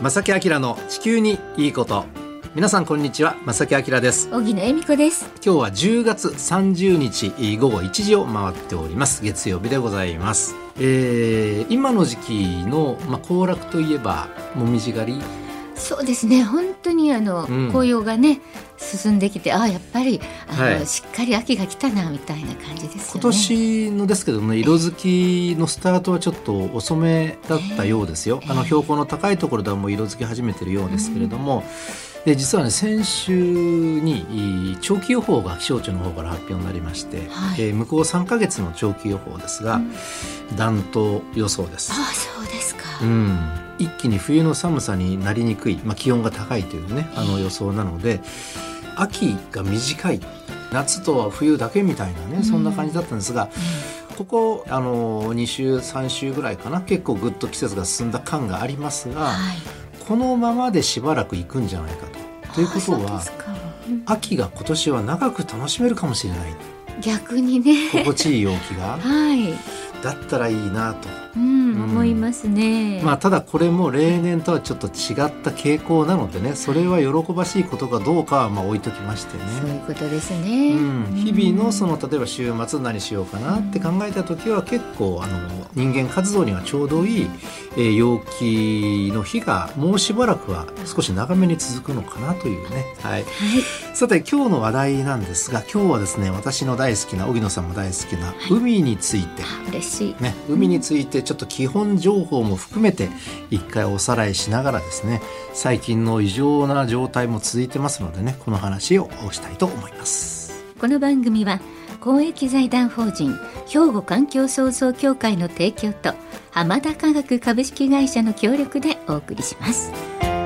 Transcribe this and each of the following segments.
正木明の地球にいいこと。皆さんこんにちは、正木明です。 小木野恵美子です。 今日は10月30日午後1時を回っております。月曜日でございます。今の時期の、行楽といえばもみじ狩り。 そうですね、本当に紅葉がね進んできて、やっぱりしっかり秋が来たなみたいな感じですよね。 今年のですけどね、色づきのスタートはちょっと遅めだったようですよ。標高の高いところではもう色づき始めてるようですけれども、で実はね、先週に長期予報が気象庁の方から発表になりまして、向こう3ヶ月の長期予報ですが、暖冬予想です。 そうですか。 一気に冬の寒さになりにくい、気温が高いというね、予想なので、秋が短い、夏とは冬だけみたいなね、そんな感じだったんですが、ここ2週3週ぐらいかな、結構ぐっと季節が進んだ感がありますが、このままでしばらく行くんじゃないかと。ということは、秋が今年は長く楽しめるかもしれない。 逆にね、 心地いい陽気が、だったらいいなと、 思いますね。 ただこれも例年とはちょっと違った傾向なのでね、それは喜ばしいことかどうかは置いときましてね。 そういうことですね。 日々の例えば週末何しようかなって考えた時は、結構人間活動にはちょうどいい、陽気の日がもうしばらくは少し長めに続くのかなというね。さて今日の話題なんですが、今日はですね、私の大好きな、荻野さんも大好きな海について、 嬉しい、 海についてちょっと基本情報も含めて一回おさらいしながらですね、最近の異常な状態も続いてますのでね、この話をしたいと思います。 この番組は公益財団法人兵庫環境創造協会の提供と浜田化学株式会社の協力でお送りします。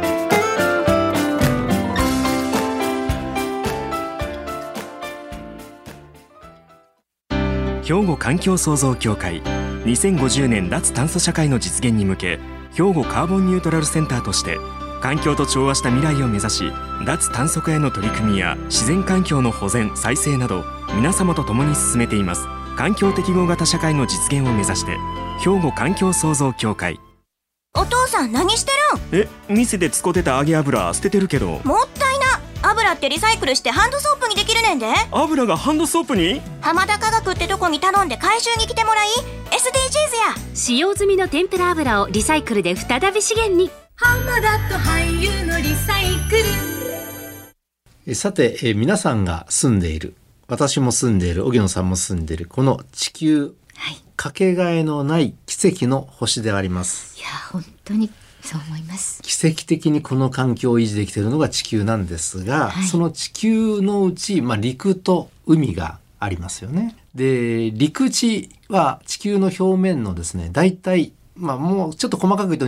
兵庫環境創造協会、2050年脱炭素社会の実現に向け、兵庫カーボンニュートラルセンターとして環境と調和した未来を目指し、脱炭素化への取り組みや自然環境の保全再生など、皆様と共に進めています。環境適合型社会の実現を目指して、兵庫環境創造協会。 お父さん何してるん？ 店で使ってた揚げ油捨ててるけど。 もったいな。油ってリサイクルしてハンドソープにできるねんで。 油がハンドソープに？ 浜田化学ってとこに頼んで回収に来てもらい、 SDGs や。 使用済みの天ぷら油をリサイクルで再び資源に。 浜田と俳優のリサイクル。 さて、皆さんが住んでいる、私も住んでいる、荻野さんも住んでいるこの地球、かけがえのない奇跡の星であります。 いや本当にそう思います。 奇跡的にこの環境を維持できているのが地球なんですが、その地球のうち、陸と海がありますよね。で、陸地は地球の表面のですね、だいたいもうちょっと細かく言うと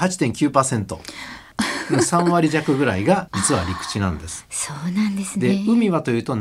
28.9%、3割弱ぐらいが実は陸地なんです。 そうなんですね。 で、海はというと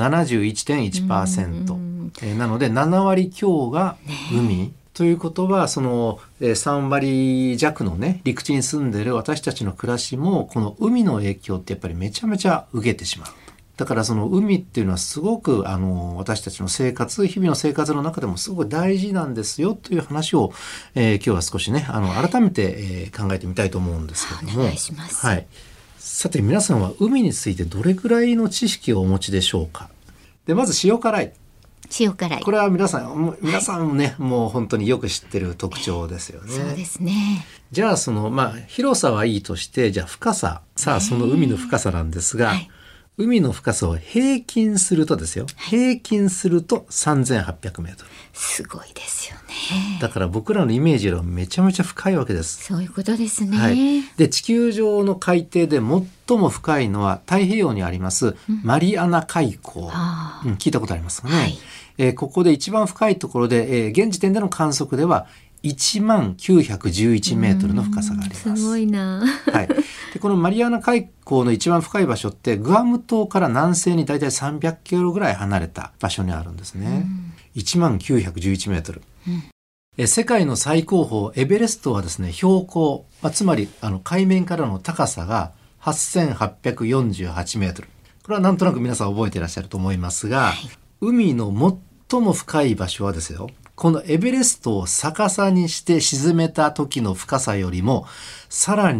71.1%、なので7割強が海、ということは、その3割弱のね、陸地に住んでいる私たちの暮らしも、この海の影響ってやっぱりめちゃめちゃ受けてしまう。だからその海っていうのはすごく私たちの生活、日々の生活の中でもすごく大事なんですよという話を、今日は少しね、改めて、考えてみたいと思うんですけども。 お願いします。 さて皆さんは海についてどれくらいの知識をお持ちでしょうか。で、まず塩辛い。 塩辛い。 これは皆さんもね、もう本当によく知ってる特徴ですよね。 そうですね。 じゃあ広さはいいとして、じゃあ深さ、その海の深さなんですが、海の深さを平均するとですよ、平均すると3800メートル。 すごいですよね。 だから僕らのイメージよりはめちゃめちゃ深いわけです。 そういうことですね。 で、地球上の海底で最も深いのは太平洋にありますマリアナ海溝、聞いたことありますかね。ここで一番深いところで、現時点での観測では1911メートルの深さがあります。 すごいな。 で、このマリアナ海溝の一番深い場所ってグアム島から南西にだいたい300キロぐらい離れた場所にあるんですね。1911メートル。世界の最高峰エベレストはですね、標高、つまり海面からの高さが8848メートル。これはなんとなく皆さん覚えていらっしゃると思いますが、海の最も深い場所はですよ、このエベレストを逆さにして沈めた時の深さよりもさらに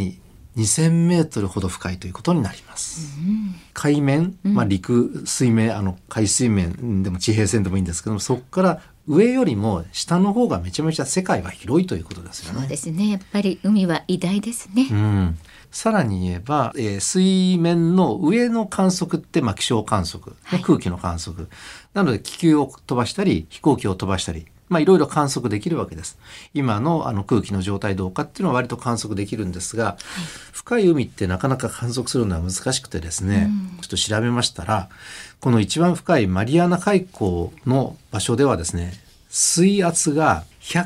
2000メートルほど深いということになります。海面、陸水面、海水面でも地平線でもいいんですけども、そこから上よりも下の方がめちゃめちゃ世界は広いということですよね。 そうですね。やっぱり海は偉大ですね。 さらに言えば、水面の上の観測って、気象観測、空気の観測なので、気球を飛ばしたり飛行機を飛ばしたり、いろいろ観測できるわけです。今の空気の状態どうかっていうのは割と観測できるんですが、深い海ってなかなか観測するのは難しくてですね、ちょっと調べましたら、この一番深いマリアナ海溝の場所ではですね、水圧が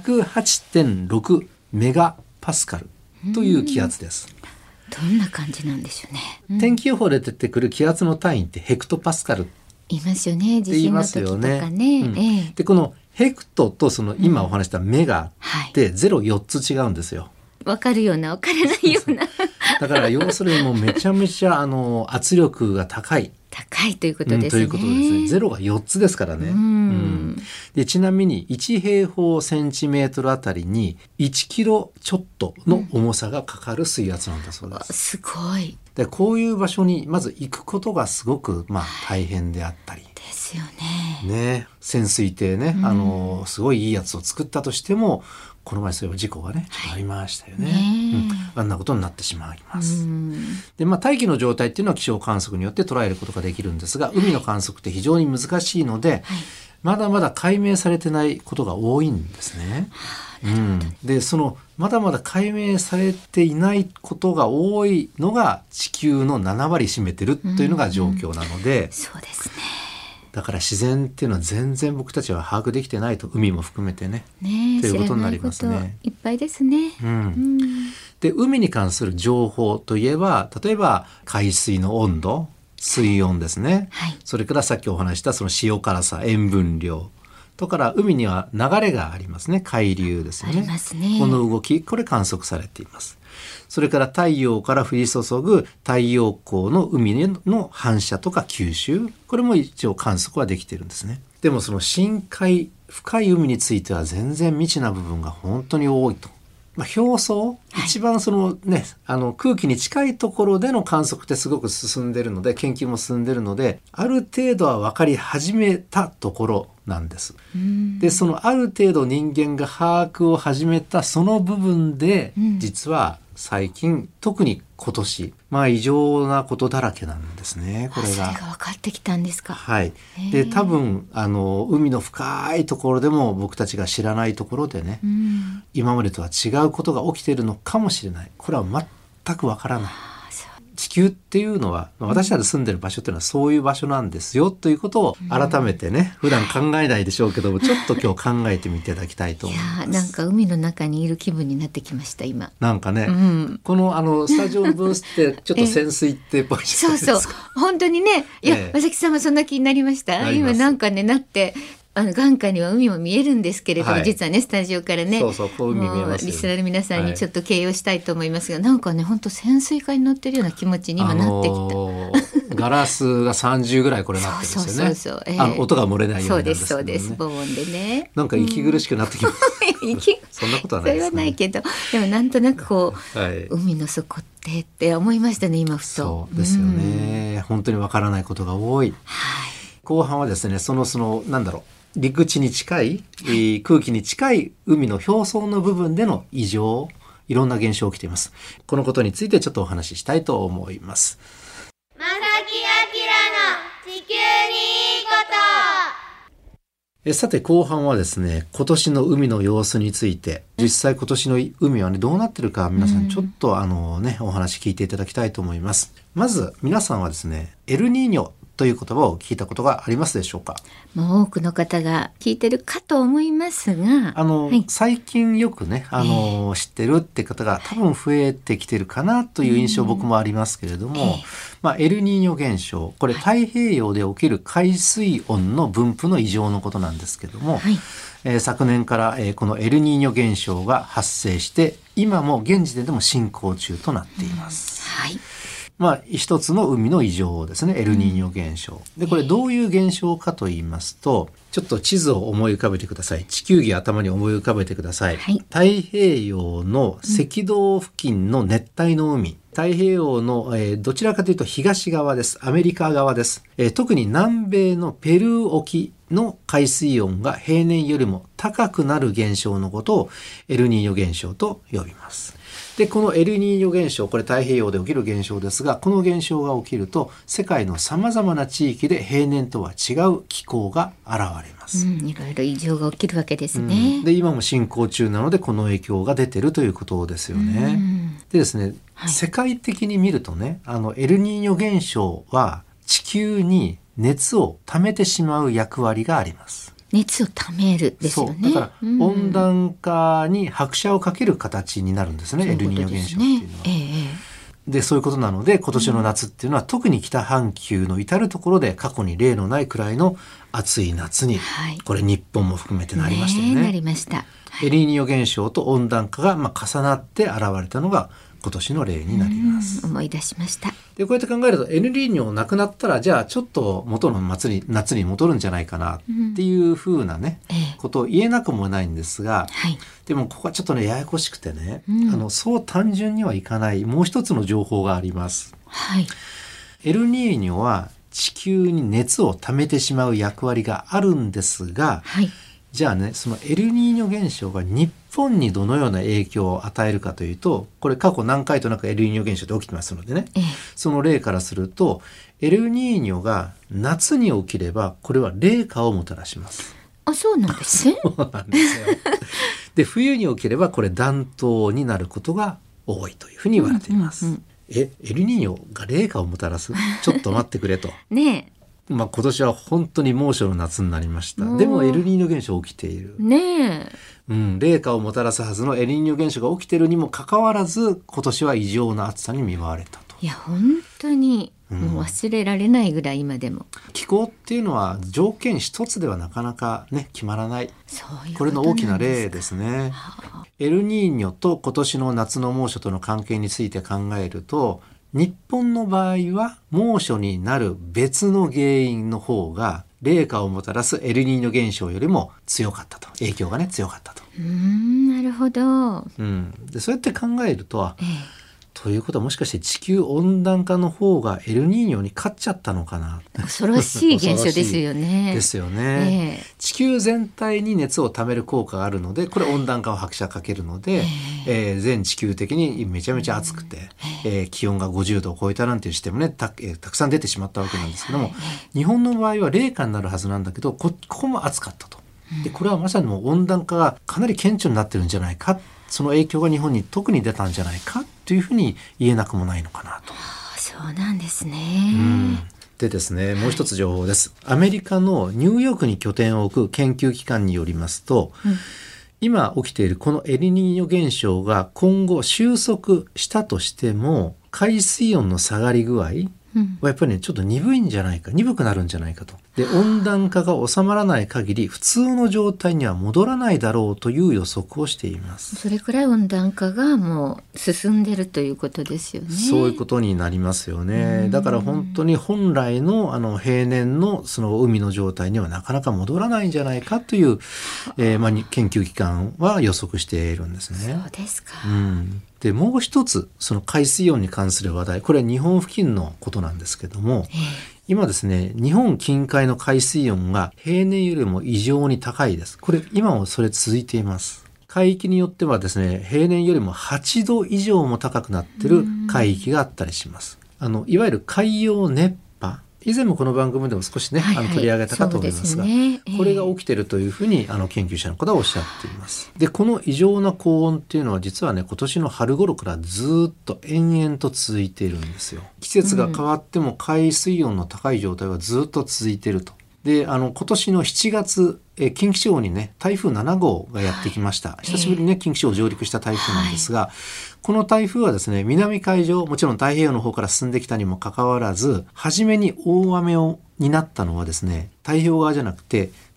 108.6 メガパスカルという気圧です。 どんな感じなんでしょうね。 天気予報で出てくる気圧の単位ってヘクトパスカル言いますよね。地震の時とかね。 でこのヘクトとその今お話したメガって4つ違うんですよ。 分かるような分からないようなだから要するにもうめちゃめちゃ圧力が高いということですね。 ということですね。ゼロが4つですからね。でちなみに1平方センチメートルあたりに1キロちょっとの重さがかかる水圧なんだそうです。 すごい。 でこういう場所にまず行くことがすごく大変であったり。 ですよね。潜水艇ね、すごいいいやつを作ったとしても、この前そういう事故がね、ありましたよね。あんなことになってしまいます。で、大気の状態っていうのは気象観測によって捉えることができるんですが、海の観測って非常に難しいので、まだまだ解明されてないことが多いんですね。でそのまだまだ解明されていないことが多いのが地球の7割占めてるというのが状況なので、 そうですね。 だから自然っていうのは全然僕たちは把握できてないと、海も含めてねということになりますね。 いっぱいですね。 で海に関する情報といえば、例えば海水の温度、水温ですね、それからさっきお話したその塩辛さ、塩分量とから海には流れがありますね。海流ですよね。 ありますね。 この動き、これ観測されています。それから太陽から降り注ぐ太陽光の海の反射とか吸収、これも一応観測はできているんですね。でもその深海、深い海については全然未知な部分が本当に多いと。表層、一番そのね、空気に近いところでの観測ってすごく進んでいるので、研究も進んでいるので、ある程度は分かり始めたところなんです。でそのある程度人間が把握を始めたその部分で、実は最近特に今年異常なことだらけなんですね。これがそれが分かってきたんですか。 で多分海の深いところでも僕たちが知らないところでね、今までとは違うことが起きているのかもしれない。これは全く分からない。地球っていうのは、私たち住んでる場所っていうのはそういう場所なんですよということを改めてね、普段考えないでしょうけども、ちょっと今日考えてみていただきたいと思います。 なんか海の中にいる気分になってきました今。 なんかね、このスタジオのブースってちょっと潜水艇っぽいじゃないですか。 そう本当にね。いや、和崎さんもそんな気になりました。今なんかねなって眼下には海も見えるんですけれども、実はねスタジオからね、 こう海見えますよ。 リスナーの皆さんにちょっと形容したいと思いますが、なんかね本当潜水艦に乗ってるような気持ちに今なってきた。 ガラスが30ぐらいこれなってるんですよね。 そう、 音が漏れないようになるんですけどね。 そうです、防音でね。 なんか息苦しくなってきます。そんなことはないですね。 それはないけど、でもなんとなくこう、海の底って思いましたね今ふと。 そうですよね。本当にわからないことが多い。後半はですね、そのなんだろう。陸地に近い、空気に近い海の表層の部分での異常、いろんな現象が起きています。このことについてちょっとお話ししたいと思います。 正木明の地球にいいこと。 さて後半はですね、今年の海の様子について、実際今年の海はねどうなってるか皆さんちょっとお話聞いていただきたいと思います。まず皆さんはですね、エルニーニョという言葉を聞いたことがありますでしょうか。 多くの方が聞いてるかと思いますが、 最近よくね知ってるって方が多分増えてきてるかなという印象僕もありますけれども、エルニーニョ現象、これ太平洋で起きる海水温の分布の異常のことなんですけども、昨年から、このエルニーニョ現象が発生して今も現時点でも進行中となっています。 一つの海の異常ですね、エルニーニョ現象。で、これどういう現象かと言いますと、ちょっと地図を思い浮かべてください。地球儀頭に思い浮かべてください。 はい、 太平洋の赤道付近の熱帯の海。太平洋の、どちらかというと東側です。アメリカ側です。特に南米のペルー沖の海水温が平年よりも高くなる現象のことをエルニーニョ現象と呼びます。で、このエルニーニョ現象、これ太平洋で起きる現象ですが、この現象が起きると世界の様々な地域で平年とは違う気候が現れます。 いろいろ異常が起きるわけですね。 で、今も進行中なのでこの影響が出てるということですよね。でですね、世界的に見るとね、エルニーニョ現象は地球に熱を溜めてしまう役割があります。 熱を溜めるですよね。 そうだから温暖化に拍車をかける形になるんですね、エルニーニョ現象っていうのは。で、そういうことなので今年の夏っていうのは、特に北半球の至るところで過去に例のないくらいの暑い夏に、これ日本も含めてなりましたよね。 なりました。 エルニーニョ現象と温暖化が重なって現れたのが今年の例になります。 思い出しました。 で、こうやって考えるとエルニーニョなくなったら、じゃあちょっと元の夏に戻るんじゃないかなっていうふうなね、ことを言えなくもないんですが、でもここはちょっとねややこしくてね、そう単純にはいかないもう一つの情報があります。エルニーニョは地球に熱を溜めてしまう役割があるんですが、じゃあね、そのエルニーニョ現象が日本にどのような影響を与えるかというと、これ過去何回となくエルニーニョ現象って起きてますのでね、その例からすると、エルニーニョが夏に起きればこれは冷夏をもたらします。 そうなんですね。 そうなんですよ。で、冬に起きればこれ暖冬になることが多いというふうに言われています。エルニーニョが冷夏をもたらす？ちょっと待ってくれと。 ねえ。 今年は本当に猛暑の夏になりました。でもエルニーニョ現象起きている。 ねえ。 冷夏をもたらすはずのエルニーニョ現象が起きているにもかかわらず、今年は異常な暑さに見舞われたと。 いや本当にもう忘れられないぐらい今でも。 気候っていうのは条件一つではなかなかね決まらない。 そういうことなんですか。 これの大きな例ですね。エルニーニョと今年の夏の猛暑との関係について考えると、日本の場合は猛暑になる別の原因の方が冷夏をもたらすエルニーニョ現象よりも強かったと。影響がね強かったと。 なるほど。 で、そうやって考えると、ということはもしかして地球温暖化の方がエルニーニョに勝っちゃったのかな。 恐ろしい現象ですよね。 ですよね。地球全体に熱をためる効果があるので、これ温暖化を拍車かけるので、全地球的にめちゃめちゃ暑くて、気温が50度を超えたなんていうシステムね、たくさん出てしまったわけなんですけども、日本の場合は冷夏になるはずなんだけど、ここも暑かったと。で、これはまさにもう温暖化がかなり顕著になってるんじゃないか、その影響が日本に特に出たんじゃないかというふうに言えなくもないのかなと。 そうなんですね。 でですね、もう一つ情報です。アメリカのニューヨークに拠点を置く研究機関によりますと、今起きているこのエルニーニョ現象が今後収束したとしても、海水温の下がり具合はやっぱりねちょっと鈍くなるんじゃないかと。で、温暖化が収まらない限り普通の状態には戻らないだろうという予測をしています。 それくらい温暖化がもう進んでるということですよね。 そういうことになりますよね。だから本当に本来の平年のその海の状態にはなかなか戻らないんじゃないかという、研究機関は予測しているんですね。 そうですか。 で、もう一つその海水温に関する話題、これは日本付近のことなんですけども、今ですね、日本近海の海水温が平年よりも異常に高いです。これ今もそれ続いています。海域によってはですね、平年よりも8度以上も高くなっている海域があったりします。いわゆる海洋熱波、以前もこの番組でも少しね、取り上げたかと思いますが、これが起きているというふうに研究者の方はおっしゃっています。で、この異常な高温っていうのは実はね、今年の春頃からずっと延々と続いているんですよ。季節が変わっても海水温の高い状態はずっと続いていると。で、今年の7月、近畿地方にね、台風7号がやってきました。久しぶりにね、近畿地方上陸した台風なんですが、この台風はですね、南海上、もちろん太平洋の方から進んできたにもかかわらず、初めに大雨になったのはですね、太平洋側じゃなくて、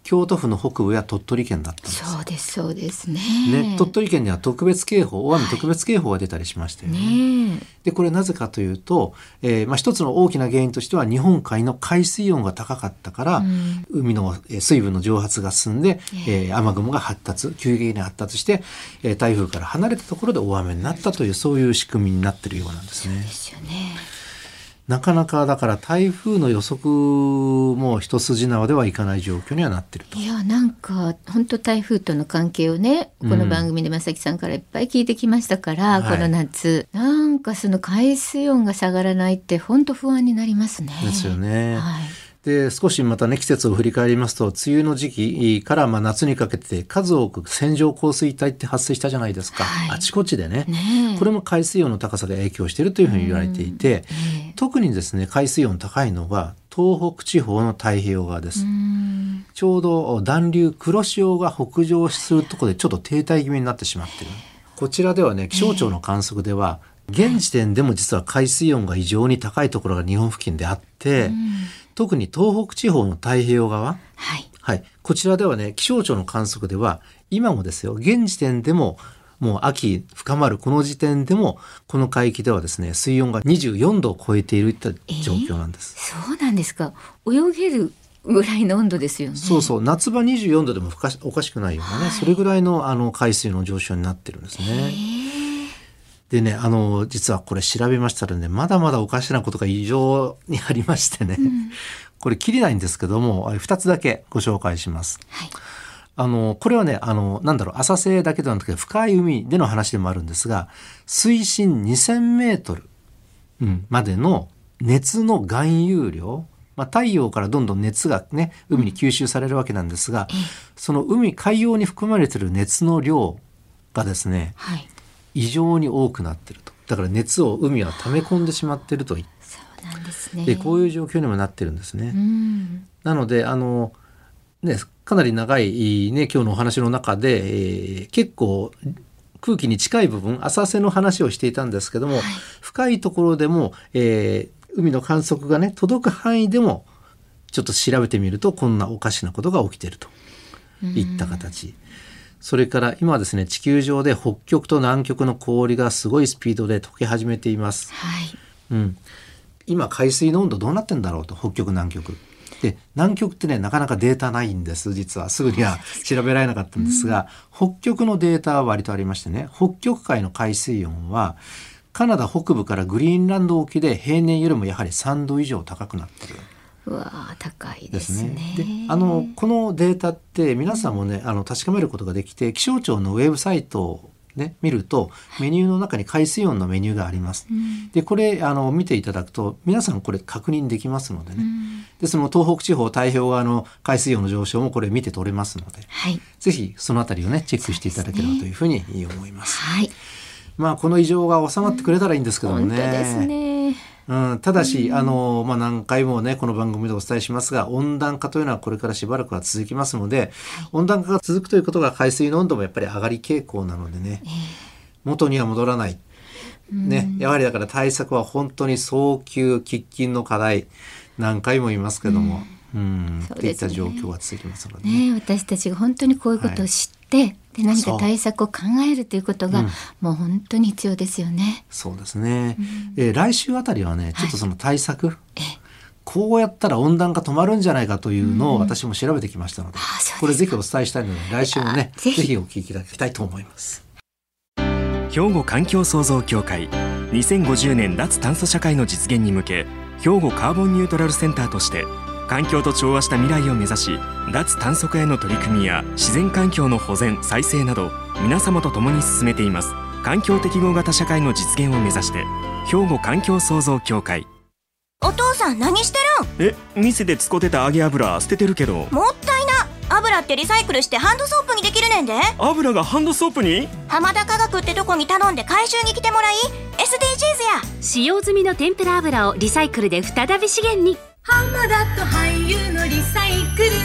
京都府の北部や鳥取県だったんです。 そうですそうですね。 鳥取県には特別警報、大雨特別警報が出たりしましたよね。でこれなぜかというと、一つの大きな原因としては日本海の海水温が高かったから、海の水分の蒸発が進んで、雨雲が急激に発達して、台風から離れたところで大雨になったという、そういう仕組みになっているようなんですね。 そうですよね。 なかなかだから台風の予測も一筋縄ではいかない状況にはなっていると。 いやなんか本当台風との関係をね、この番組で正木さんからいっぱい聞いてきましたから、この夏なんかその海水温が下がらないって本当不安になりますね。 ですよね。で少しまたね季節を振り返りますと、梅雨の時期から夏にかけて数多く線状降水帯って発生したじゃないですか、あちこちでね。これも海水温の高さで影響しているというふうに言われていて、特にですね海水温高いのが東北地方の太平洋側です。ちょうど暖流黒潮が北上するところでちょっと停滞気味になってしまっている。こちらではね気象庁の観測では、現時点でも実は海水温が異常に高いところが日本付近であって、特に東北地方の太平洋側、こちらではね気象庁の観測では今もですよ、現時点でももう秋深まるこの時点でもこの海域ではですね水温が24度を超えているといった状況なんです。 そうなんですか。泳げるぐらいの温度ですよね。そうそう、 夏場24度でもおかしくないようなね、それぐらいの海水の上昇になってるんですね。でね、実はこれ調べましたらね、まだまだおかしなことが異常にありましてね、これきりないんですけども、2つだけご紹介します。これはね、浅瀬だけではなくて深い海での話でもあるんですが、水深2000メートルまでの熱の含有量、太陽からどんどん熱がね、海に吸収されるわけなんですが、その海洋に含まれている熱の量がですね、異常に多くなっていると。だから熱を海は溜め込んでしまっていると。 そうなんですね。 でこういう状況にもなってるんですね。なのでかなり長い、今日のお話の中で、結構空気に近い部分浅瀬の話をしていたんですけども、深いところでも、海の観測がね届く範囲でもちょっと調べてみるとこんなおかしなことが起きているといった形。それから今はですね地球上で北極と南極の氷がすごいスピードで溶け始めています。今海水の温度どうなってんだろうと、北極南極で、南極ってねなかなかデータないんです。実はすぐには調べられなかったんですが、北極のデータは割とありましてね、北極海の海水温はカナダ北部からグリーンランド沖で平年よりもやはり3度以上高くなっている。 うわ高いですね。 でこのデータって皆さんもね確かめることができて、気象庁のウェブサイトをね見るとメニューの中に海水温のメニューがあります。でこれ見ていただくと皆さんこれ確認できますのでね、でその東北地方太平洋側の海水温の上昇もこれ見て取れますので、ぜひそのあたりをねチェックしていただければというふうに思います。この異常が収まってくれたらいいんですけどもね。 本当ですね。 ただし何回もねこの番組でお伝えしますが、温暖化というのはこれからしばらくは続きますので、温暖化が続くということが海水の温度もやっぱり上がり傾向なのでね、元には戻らないね。やはりだから対策は本当に早急喫緊の課題、何回も言いますけども、っていった状況が続きますので、 私たちが本当にこういうことを知って、で何か対策を考えるということが、もう本当に必要ですよね。 そうですね。来週あたりはねちょっとその対策、こうやったら温暖化止まるんじゃないかというのを私も調べてきましたので、これぜひお伝えしたいので来週もねぜひお聞きいただきたいと思います。 兵庫環境創造協会2050年脱炭素社会の実現に向け、兵庫カーボンニュートラルセンターとして環境と調和した未来を目指し、脱炭素化への取り組みや自然環境の保全再生など皆様と共に進めています。環境適合型社会の実現を目指して、兵庫環境創造協会。 お父さん何してるん？ 店で使ってた揚げ油捨ててるけど。 もったいな。油ってリサイクルしてハンドソープにできるねんで。 油がハンドソープに？ 浜田化学ってとこに頼んで回収に来てもらい、 SDGs や。 使用済みの天ぷら油をリサイクルで再び資源に。 浜田と俳優のリサイクル。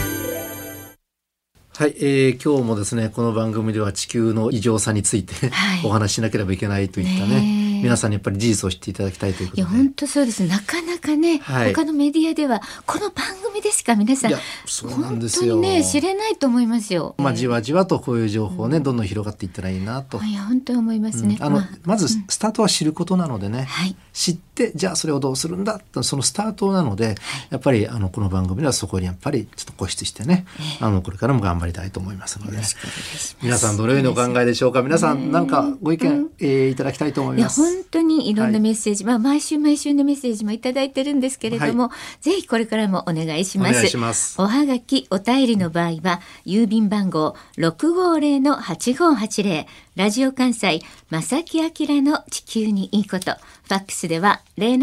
今日もですねこの番組では地球の異常さについて、お話ししなければいけないといったね、皆さんにやっぱり事実を知っていただきたいということで。 いや本当そうです。なかなかね、 はい、 他のメディアではこの番組でしか皆さんそうなんですよ、 本当にね知れないと思いますよ。 じわじわとこういう情報ね、どんどん広がっていったらいいなと。 いや本当に思いますね。 まずスタートは知ることなのでね、 はい、 知ってじゃあそれをどうするんだと、そのスタートなので、やっぱりこの番組ではそこにやっぱりちょっと固執してね、これからも頑張りたいと思いますので、皆さんどのようにお考えでしょうか。皆さん何かご意見、いただきたいと思います。 いや本当にいろんなメッセージ、毎週のメッセージもいただいてるんですけれども、ぜひこれからもお願いします。 お願いします。 おはがきお便りの場合は郵便番号 650-8580 ラジオ関西正木明の地球にいいこと、ファックスでは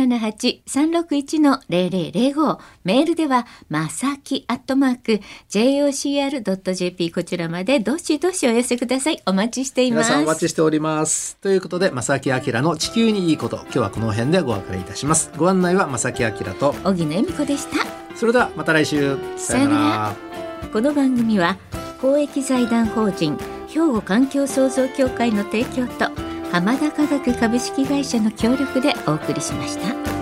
078-361-0005、メールではまさき@jocr.jp、 こちらまでどしどしお寄せください。お待ちしています。 皆さんお待ちしております。ということで正木明の地球にいいこと、今日はこの辺でご別れいたします。ご案内は正木明と荻野恵美子でした。 それではまた来週、さよなら。 この番組は公益財団法人兵庫環境創造協会の提供と浜田科学株式会社の協力でお送りしました。